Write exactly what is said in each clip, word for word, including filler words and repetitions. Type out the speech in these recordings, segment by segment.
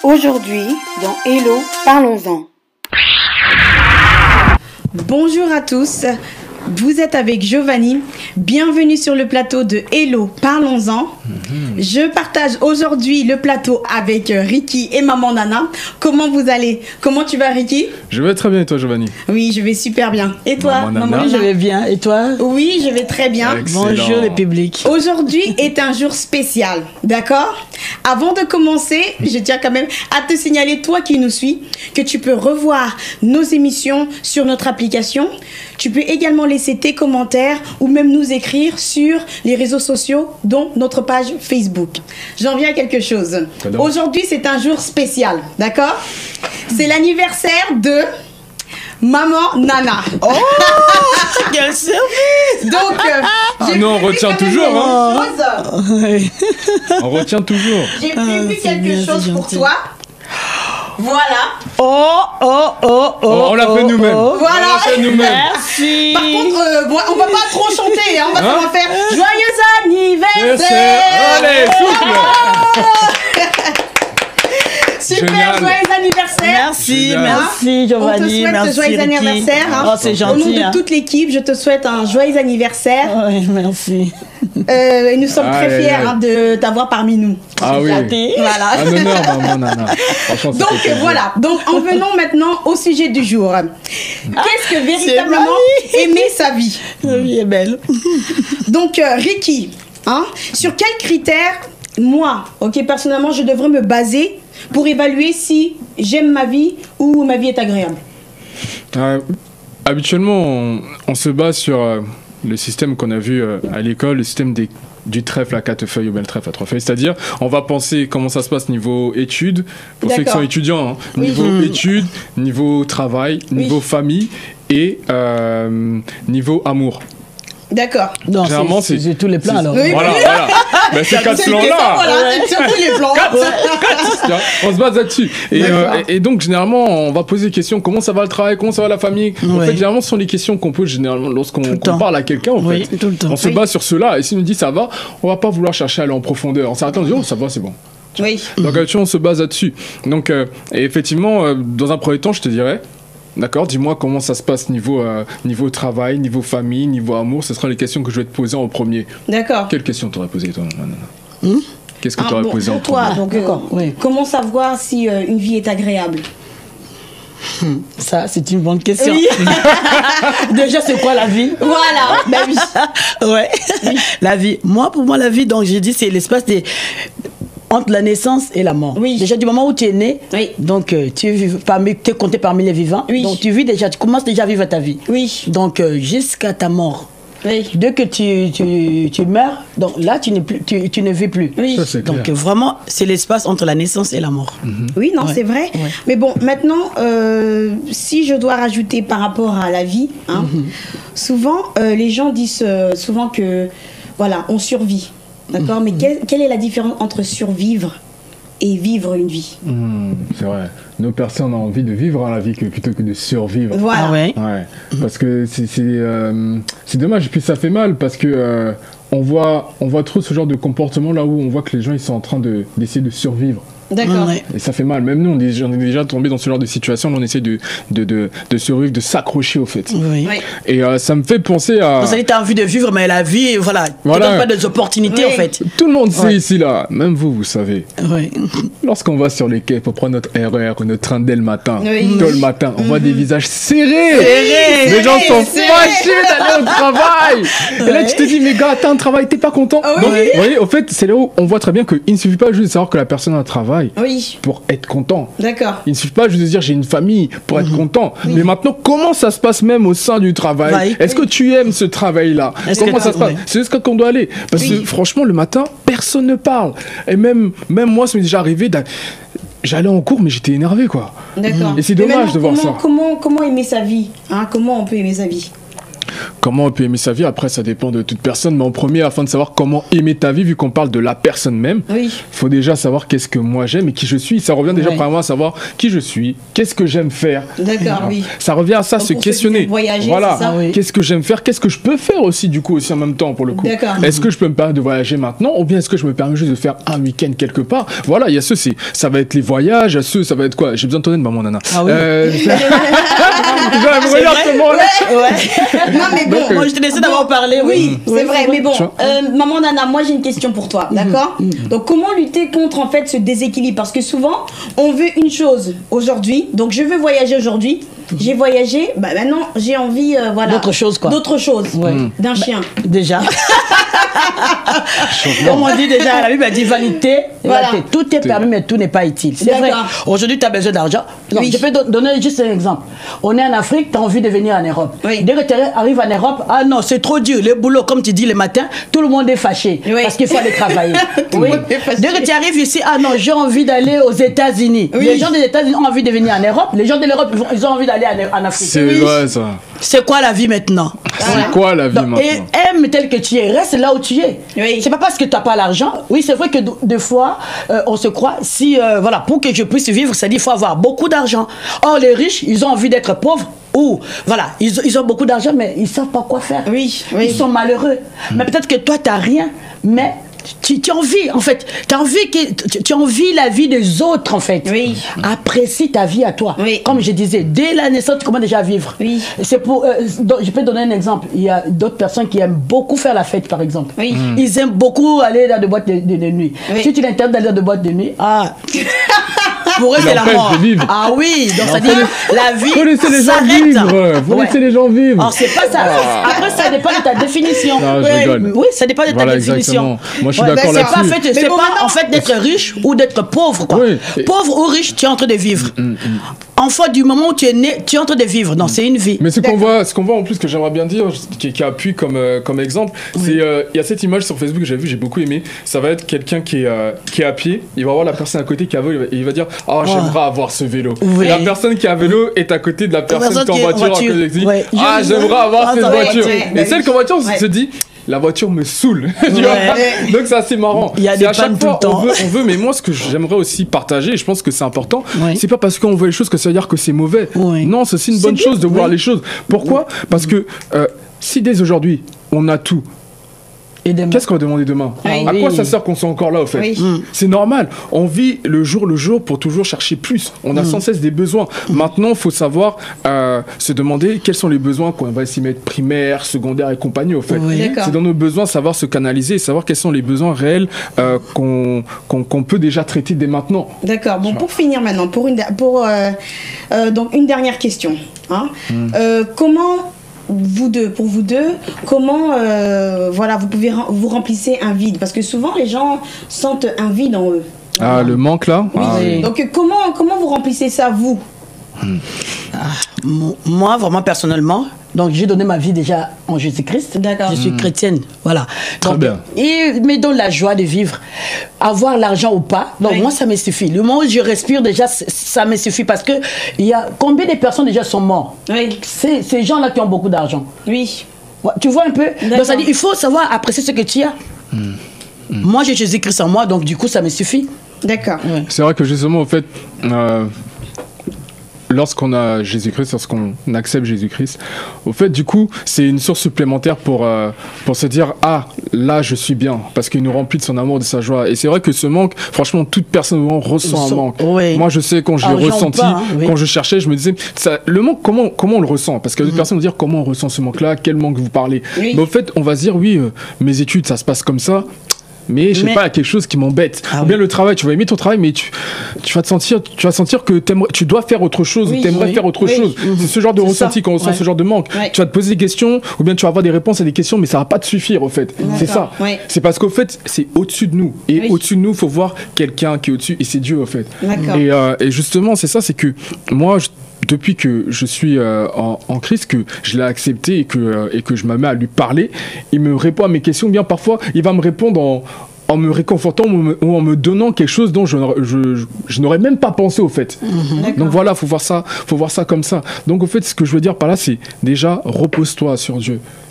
Aujourd'hui, dans Hello, parlons-en. Bonjour à tous, vous êtes avec Giovanni. Bienvenue sur le plateau de Hello, parlons-en. Mm-hmm. Je partage aujourd'hui le plateau avec Ricky et maman Nana. Comment vous allez? Comment tu vas, Ricky? Je vais très bien et toi, Giovanni? Oui, je vais super bien. Et toi, maman Nana? maman Oui, je vais bien. Et toi? Oui, je vais très bien. Excellent. Bonjour le public. Aujourd'hui est un jour spécial, d'accord? Avant de commencer, je tiens quand même à te signaler, toi qui nous suis, que tu peux revoir nos émissions sur notre application. Tu peux également laisser tes commentaires ou même nous écrire sur les réseaux sociaux, dont notre page Facebook. J'en viens à quelque chose. Aujourd'hui, c'est un jour spécial, d'accord? C'est l'anniversaire de maman Nana. Oh, quel service! Donc, euh, ah j'ai non, on retient toujours, hein? Oui. On retient toujours. J'ai prévu Ah, quelque bien, chose pour gentil. toi. Voilà. Oh, oh, oh, oh. Oh, on l'a fait oh, nous-mêmes. oh. Voilà. On l'a fait nous-mêmes. Merci. Par contre, euh, bon, on va pas trop chanter, hein, on, va, Hein? on va faire joyeux anniversaire. Allez, Super, Génial. joyeux anniversaire. Merci, Génial. merci On te Giovanni, souhaite merci joyeux Ricky. anniversaire. Hein. Oh, c'est Au nom gentil. de hein. toute l'équipe, je te souhaite un joyeux anniversaire. Ouais, merci. Euh, et nous sommes Aïe, très aïe, fiers aïe. hein, de t'avoir parmi nous. Ah oui. Flatté. Voilà. Un honneur, maman Nana. Franchement, Donc c'était voilà, donc en venons maintenant au sujet du jour. Qu'est-ce que véritablement Marie. aimer sa vie? La vie est belle. Donc euh, Ricky, hein, sur quels critères, moi, ok, personnellement, je devrais me baser pour évaluer si j'aime ma vie ou ma vie est agréable? Euh, habituellement, on, on se base sur euh, le système qu'on a vu euh, à l'école, le système des, du trèfle à quatre feuilles ou bien le trèfle à trois feuilles. C'est-à-dire, on va penser comment ça se passe niveau études, pour ceux qui D'accord. sont étudiants, hein, Oui. niveau Mmh. études, niveau travail, niveau famille et euh, niveau amour. D'accord. Non, Généralement, c'est c'est- c'est tous les plans c'est- alors. Oui. Voilà, voilà. Ben, ces quatre C'est ça, plans-là. voilà, c'est sur tous les plans. Tiens, on se base là-dessus. Et, D'accord. euh, et, et donc, généralement, on va poser des questions. Comment ça va le travail? Comment ça va la famille? En Ouais. fait, généralement, ce sont les questions qu'on pose généralement lorsqu'on Tout le qu'on temps. parle à quelqu'un. En Oui, fait. tout le temps. On se Oui. base sur cela. Et s'il nous dit ça va, on va pas vouloir chercher à aller en profondeur. En s'arrêtant, on dit oh, ça va, c'est bon. Oui. Donc, là-dessus, on se base là-dessus. Donc, euh, et effectivement, euh, dans un premier temps, je te dirais. D'accord, dis-moi comment ça se passe niveau, euh, niveau travail, niveau famille, niveau amour. Ce seront les questions que je vais te poser en premier. D'accord. Quelles questions t'aurais posées, toi, Nana? Hmm? Qu'est-ce que Ah, t'aurais bon, posé en pour toi, premier? donc, D'accord, euh, oui. comment savoir si euh, une vie est agréable? Ça, c'est une bonne question. Oui. Déjà, c'est quoi la vie? Voilà. Ben oui. Ouais. La vie. Moi, pour moi, la vie, donc j'ai dit, c'est l'espace des entre la naissance et la mort. Oui. Déjà du moment où tu es né, Oui. donc euh, tu es parmi, tu es compté parmi les vivants. Oui. Donc tu vis déjà, tu commences déjà à vivre ta vie. Oui. Donc euh, jusqu'à ta mort. Oui. Dès que tu, tu, tu meurs, donc là tu, n'es plus, tu, tu ne vis plus. Oui. Ça, c'est Donc clair. euh, vraiment, c'est l'espace entre la naissance et la mort. Oui, non, Ouais. c'est vrai. Ouais. Mais bon, maintenant, euh, si je dois rajouter par rapport à la vie, hein, souvent, euh, les gens disent euh, souvent que, voilà, on survit. D'accord? Mais quelle, quelle est la différence entre survivre et vivre une vie? Mmh, c'est vrai. Nos personnes ont envie de vivre la vie que, plutôt que de survivre. Voilà. Ah ouais. Ouais, parce que c'est c'est, euh, c'est dommage, et puis ça fait mal parce que euh, on voit on voit trop ce genre de comportement là où on voit que les gens ils sont en train de d'essayer de survivre. D'accord. Ouais. Et ça fait mal. Même nous, on est, on est déjà tombé dans ce genre de situation où on essaie de, de, de, de survivre, de s'accrocher au fait. Oui. Oui. Et euh, ça me fait penser à... Donc, ça dit, tu as envie de vivre, mais la vie, voilà, Voilà. tu ne donne pas des opportunités Oui. en fait. Tout le monde sait Ouais. ici, là, même vous, vous savez. Oui. Lorsqu'on va sur les quais pour prendre notre R E R ou notre train dès le matin, Oui. tôt le matin, on voit des visages serrés. Serrés, Les gens sont serrés. fâchés d'aller au travail. Et là, tu te dis, mais gars, t'as un travail, t'es pas content. Ah oui. Donc, vous voyez, au fait, c'est là où on voit très bien qu'il ne suffit pas juste de savoir que la personne a un travail Oui. pour être content. D'accord. Il ne suffit pas juste de dire j'ai une famille pour être content. Mais maintenant, comment ça se passe même au sein du travail? Oui. Est-ce que tu aimes ce travail-là? Est-ce Comment que- ça se passe? oui. C'est jusqu'à qu'on doit aller. Parce Oui. que franchement, le matin, personne ne parle. Et même, même moi, ça m'est déjà arrivé. d'a- J'allais en cours, mais j'étais énervé, quoi. D'accord. Et c'est Mais dommage maintenant, de voir comment, ça. Comment, comment aimer sa vie, hein? Comment on peut aimer sa vie? comment on peut aimer sa vie, après ça dépend de toute personne, mais en premier, afin de savoir comment aimer ta vie, vu qu'on parle de la personne même, il Oui. faut déjà savoir qu'est-ce que moi j'aime et qui je suis. Ça revient déjà Ouais. premièrement à savoir qui je suis, qu'est-ce que j'aime faire. D'accord, oui. Ça revient à ça, Donc, se pour ceux qui questionner. veulent voyager, Voilà, c'est ça? Ah oui. qu'est-ce que j'aime faire, qu'est-ce que je peux faire aussi du coup aussi en même temps pour le coup. D'accord. Est-ce que je peux me permettre de voyager maintenant, ou bien est-ce que je me permets juste de faire un week-end quelque part. Voilà, il y a ceux, c'est, ça va être les voyages, il y a ceux, ça va être quoi. J'ai besoin de ton aide, maman nana. Ah oui. Euh, je vais me regarder vrai comment, là. Ouais. Non, mais bon. Donc, euh, Moi, je te laissais d'avoir parlé. Oui, c'est vrai, mais bon, Tu vois euh, maman Nana, moi j'ai une question pour toi, d'accord? Donc comment lutter contre en fait ce déséquilibre? Parce que souvent, on veut une chose aujourd'hui, donc je veux voyager aujourd'hui, j'ai voyagé, bah maintenant j'ai envie, euh, voilà. D'autre chose, quoi. D'autre chose, Ouais. d'un chien. Déjà. Comme on dit déjà, la Bible a dit vanité. Voilà. vanité. Tout est permis, mais tout n'est pas utile. C'est vrai. D'accord. Aujourd'hui, tu as besoin d'argent. Donc, Oui. Je peux don- donner juste un exemple. On est en Afrique, tu as envie de venir en Europe. Oui. Dès que tu arrives en Europe, ah non, c'est trop dur. Le boulot, comme tu dis le matin, tout le monde est fâché. Oui. Parce qu'il faut aller travailler. Tout le Oui. monde est fâché. Dès que tu arrives ici, ah non, j'ai envie d'aller aux États-Unis. Oui. Les gens des États-Unis ont envie de venir en Europe. Les gens de l'Europe, ils ont- ils ont envie d'aller en, en Afrique. C'est Oui. vrai ça. C'est quoi la vie maintenant? C'est quoi la vie Donc, maintenant? et aime tel que tu es, reste là où tu es. Oui. C'est pas parce que tu n'as pas l'argent. Oui, c'est vrai que de- des fois, euh, on se croit, si, euh, voilà, pour que je puisse vivre, c'est-à-dire qu'il faut avoir beaucoup d'argent. Or, les riches, ils ont envie d'être pauvres. Ou, voilà, ils, ils ont beaucoup d'argent, mais ils savent pas quoi faire. Oui, oui. Ils sont malheureux. Mais peut-être que toi, tu n'as rien, mais tu, tu as envie, en fait. Tu as envie, que, tu, tu as envie la vie des autres, en fait. Oui. Apprécie ta vie à toi. Oui. Comme je disais, dès la naissance, tu commences déjà à vivre. Oui. C'est pour, euh, donc, je peux donner un exemple. Il y a d'autres personnes qui aiment beaucoup faire la fête, par exemple. Oui. Mm. Ils aiment beaucoup aller dans des boîtes de, de- de nuit. Oui. Si tu l'interdis d'aller dans des boîtes de nuit, ah. Pour eux, Il c'est la empêche mort. de vivre. Ah oui, donc ça dit la vie. Faut laisser les gens s'arrête. vivre. Faut Ouais. laisser les gens vivre. Alors, c'est pas ça. Après, ça dépend de ta définition. Non, je Ouais. rigole. Oui, ça dépend de ta Voilà, définition. exactement. Moi, je suis Ouais, d'accord ben, c'est pas, en là-dessus. fait, c'est bon, pas maintenant- en fait d'être riche ou d'être pauvre, quoi. Oui. Et- Pauvre ou riche, tu es en train de vivre. Enfant, du moment où tu es né, tu es en train de vivre. Non, c'est une vie. Mais ce qu'on voit, ce qu'on voit en plus que j'aimerais bien dire, qui, qui appuie comme, euh, comme exemple, c'est euh, il y a cette image sur Facebook que j'ai vue, j'ai beaucoup aimé. Ça va être quelqu'un qui est euh, qui est à pied, il va voir la personne à côté qui a vélo, et il va dire ah j'aimerais avoir ce vélo. Oui. La personne qui a vélo est à côté de la personne personne qui est en qui est en voiture, voiture. à côté, elle dit, Ouais. ah Je- j'aimerais avoir Ah, cette ça va, voiture. ouais, Et ouais. celle qui est en voiture Ouais. se dit la voiture me saoule. Tu Ouais. vois. Donc c'est assez marrant. Il y a C'est des à chaque pannes tout fois, le temps. on veut, on veut, mais moi ce que j'aimerais aussi partager, et je pense que c'est important, Oui. c'est pas parce qu'on voit les choses que ça veut dire que c'est mauvais. Oui. Non, c'est aussi une C'est bonne bien, chose de voir oui. les choses. Pourquoi? Parce que euh, si dès aujourd'hui on a tout, Et demain. qu'est-ce qu'on va demander demain? Oui. À quoi Oui. ça sert qu'on soit encore là au fait? Oui. Mm. C'est normal. On vit le jour le jour pour toujours chercher plus. On a sans cesse des besoins. Maintenant, il faut savoir euh, se demander quels sont les besoins qu'on va s'y mettre primaire, secondaire et compagnie au fait. Oui. D'accord. C'est dans nos besoins savoir se canaliser et savoir quels sont les besoins réels euh, qu'on qu'on qu'on peut déjà traiter dès maintenant. D'accord. Bon, pour finir maintenant, pour une, der- pour, euh, euh, donc une dernière question. Hein. Euh, comment vous deux, pour vous deux, comment euh, voilà, vous pouvez rem- vous remplissez un vide? Parce que souvent les gens sentent un vide en eux. Ah, le manque là? Oui. Ah, oui. Donc euh, comment, comment vous remplissez ça, vous? Mo- Moi, vraiment personnellement, donc j'ai donné ma vie déjà en Jésus-Christ. D'accord. Je suis chrétienne, voilà. Très Donc, bien. Et me donne la joie de vivre, avoir l'argent ou pas. Donc Oui. moi, ça me suffit. Le moment où je respire déjà, c- ça me suffit parce que il y a combien de personnes déjà sont mortes? Oui. C'est ces gens-là qui ont beaucoup d'argent. Oui. Ouais, tu vois un peu. D'accord. Donc ça dit, il faut savoir apprécier ce que tu as. Moi, j'ai Jésus-Christ en moi, donc du coup, ça me suffit. D'accord. Ouais. C'est vrai que justement, au fait, euh, lorsqu'on a Jésus-Christ, lorsqu'on accepte Jésus-Christ, au fait, du coup, c'est une source supplémentaire pour, euh, pour se dire, ah, là, je suis bien, parce qu'il nous remplit de son amour, de sa joie. Et c'est vrai que ce manque, franchement, toute personne ressent un Ressent- manque. oui. Moi, je sais, quand je l'ai Argent ou ressenti, pas, hein, oui. quand je cherchais, je me disais, ça, le manque, comment, comment on le ressent? Parce que d'autres personnes vont dire, comment on ressent ce manque-là? Quel manque vous parlez? Oui. Mais au fait, on va se dire, oui, euh, mes études, ça se passe comme ça. Mais je sais Mais- pas, il y a quelque chose qui m'embête. Ah Ou bien oui. le travail, tu vas aimer ton travail, mais tu, tu vas te sentir, tu vas sentir que t'aimerais- tu dois faire autre chose, Oui, ou t'aimerais oui, faire autre oui. chose. C'est ce genre de C'est ressenti ça. qu'on ressent, Ouais. ce genre de manque. Ouais. Tu vas te poser des questions, ou bien tu vas avoir des réponses à des questions, mais ça va pas te suffire, au fait. C'est ça. Ouais. C'est parce qu'au fait, c'est au-dessus de nous. Et Oui. au-dessus de nous, il faut voir quelqu'un qui est au-dessus, et c'est Dieu, au fait. D'accord. Et, euh, et justement, c'est ça, c'est que moi, je- depuis que je suis euh, en, en Christ, que je l'ai accepté et que, euh, et que je me mets à lui parler, il me répond à mes questions. Bien parfois, il va me répondre en, en me réconfortant ou, me- ou en me donnant quelque chose dont je, n'aurais- je, je- je n'aurais même pas pensé au fait. D'accord. Donc voilà, faut voir ça, faut voir ça comme ça. Donc au fait, ce que je veux dire par là, c'est déjà repose-toi sur Dieu.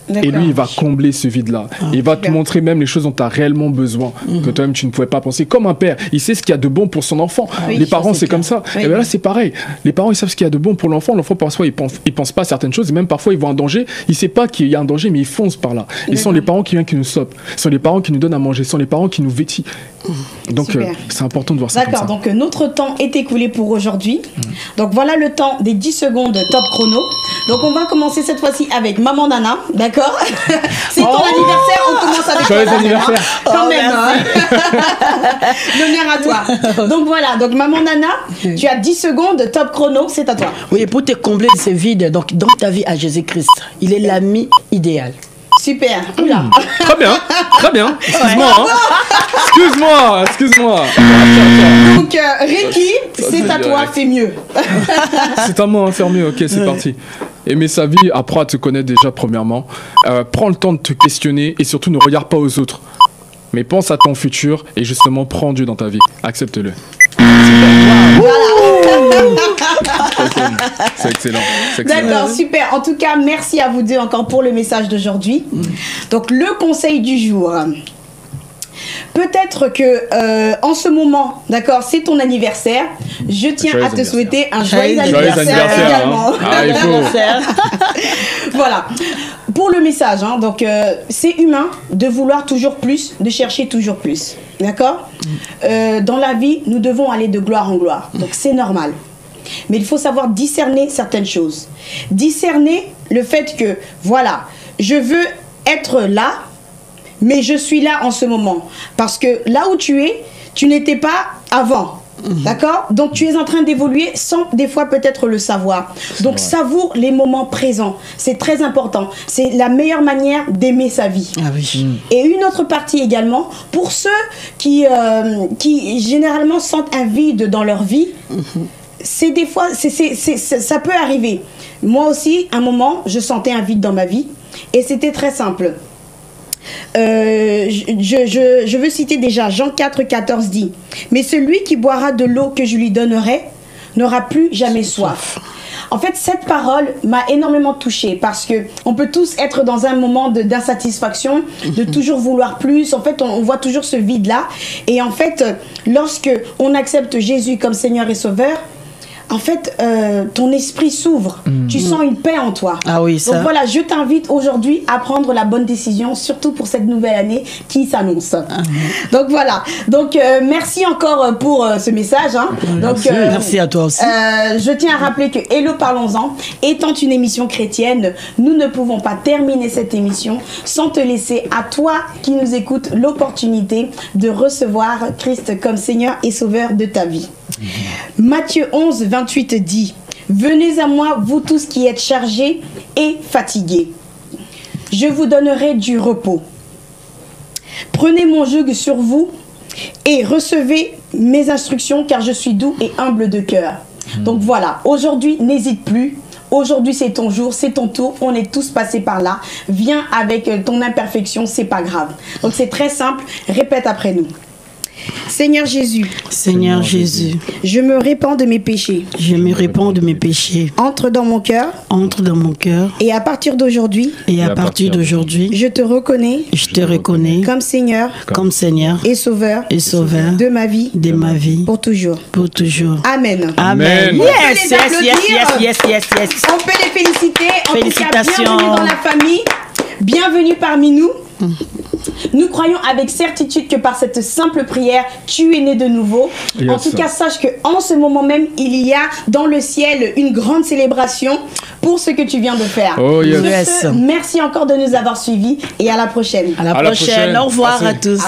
Et lui, il va combler ce vide-là. Ah, il va super. te montrer même les choses dont tu as réellement besoin, mmh. que toi-même tu ne pouvais pas penser. Comme un père, il sait ce qu'il y a de bon pour son enfant. Ah, oui, les parents, c'est comme ça. Oui. Et bien là, c'est pareil. Les parents, ils savent ce qu'il y a de bon pour l'enfant. L'enfant, parfois, il pense, il pense pas à certaines choses. Et même parfois, ils voient un danger. Il sait pas qu'il y a un danger, mais ils foncent par là. Ils sont les parents qui viennent, qui nous stoppent. Ce sont les parents qui nous donnent à manger. Ce sont les parents qui nous vêtissent. Donc, euh, c'est important de voir ça. D'accord. Donc, euh, notre temps est écoulé pour aujourd'hui. Mmh. Donc, voilà le temps des dix secondes top chrono. Donc, on va commencer cette fois-ci avec Maman Nana. D'accord. C'est ton oh anniversaire, on commence avec Joyeux anniversaire. Quand oh, même. Hein. L'honneur à toi. Donc voilà, donc Maman Nana, tu as dix secondes, top chrono, c'est à toi. Oui, pour te combler ce vide, donc dans ta vie à Jésus-Christ, il est l'ami idéal. Super. Oula. Mmh. Très bien, très bien. Excuse-moi. Ouais. Hein. Excuse-moi, excuse-moi. Donc, euh, Ricky, c'est à toi, fais mieux. C'est à moi, hein, faire mieux. Ok, c'est ouais. parti. Aimer sa vie, apprends à te connaître déjà, premièrement. Euh, prends le temps de te questionner et surtout ne regarde pas aux autres. Mais pense à ton futur et justement, prends Dieu dans ta vie. Accepte-le. Voilà. C'est excellent. C'est excellent. D'accord, super. En tout cas, merci à vous deux encore pour le message d'aujourd'hui. Mm. Donc, le conseil du jour. Peut-être que euh, en ce moment, d'accord, c'est ton anniversaire. Je tiens joyeux à te souhaiter un joyeux, joyeux anniversaire, anniversaire également. Hein. Ah, il faut. Voilà. Pour le message, hein, donc euh, c'est humain de vouloir toujours plus, de chercher toujours plus, d'accord. euh, Dans la vie, nous devons aller de gloire en gloire, donc c'est normal. Mais il faut savoir discerner certaines choses. Discerner le fait que, voilà, je veux être là, mais je suis là en ce moment. Parce que là où tu es, tu n'étais pas avant. Mmh. D'accord? Donc tu es en train d'évoluer sans des fois peut-être le savoir. Donc savoure les moments présents. C'est très important. C'est la meilleure manière d'aimer sa vie. Ah oui. Mmh. Et une autre partie également, pour ceux qui, euh, qui généralement sentent un vide dans leur vie, mmh. c'est des fois, c'est, c'est, c'est, c'est, ça peut arriver. Moi aussi, à un moment, je sentais un vide dans ma vie. Et c'était très simple. Euh, je, je, je veux citer déjà Jean quatre, quatorze dit: mais celui qui boira de l'eau que je lui donnerai n'aura plus jamais soif. En fait, cette parole m'a énormément touchée parce que on peut tous être dans un moment de, d'insatisfaction, de toujours vouloir plus. En fait, on, on voit toujours ce vide-là. Et en fait, lorsque on accepte Jésus comme Seigneur et Sauveur, en fait, euh, ton esprit s'ouvre. Mmh. Tu sens une paix en toi. Ah oui, ça. Donc voilà, je t'invite aujourd'hui à prendre la bonne décision, surtout pour cette nouvelle année qui s'annonce. Ah. Donc voilà. Donc euh, merci encore pour euh, ce message. Hein. Donc, merci. Euh, merci à toi aussi. Euh, je tiens à rappeler que Hello Parlons-en étant une émission chrétienne, nous ne pouvons pas terminer cette émission sans te laisser à toi qui nous écoutes l'opportunité de recevoir Christ comme Seigneur et Sauveur de ta vie. Mmh. Matthieu onze, vingt-huit dit: venez à moi, vous tous qui êtes chargés et fatigués. Je vous donnerai du repos. Prenez mon joug sur vous et recevez mes instructions, car je suis doux et humble de cœur. Mmh. Donc voilà, aujourd'hui, n'hésite plus. Aujourd'hui, c'est ton jour, c'est ton tour. On est tous passés par là. Viens avec ton imperfection, c'est pas grave. Donc c'est très simple. Répète après nous. Seigneur Jésus, Seigneur Jésus, je me répands de mes péchés. Je me répands de mes péchés. Entre dans mon cœur. Entre dans mon cœur. Et à partir d'aujourd'hui. Et à partir d'aujourd'hui. Je te reconnais. Je te reconnais. Comme Seigneur. Comme Seigneur. Et Sauveur. Et Sauveur. De ma vie. De ma vie. Pour toujours. Pour toujours. Amen. Amen. Yes, yes, yes, yes, yes, yes, yes. On peut les féliciter. En Félicitations. tout cas, bienvenue dans la famille. Bienvenue parmi nous. Nous croyons avec certitude que par cette simple prière, tu es né de nouveau. Yes. En tout cas, sache qu'en ce moment même, il y a dans le ciel une grande célébration pour ce que tu viens de faire. Oh, yes. Sur ce, merci encore de nous avoir suivis et à la prochaine. À la, à prochaine. la prochaine. Au revoir merci. À tous.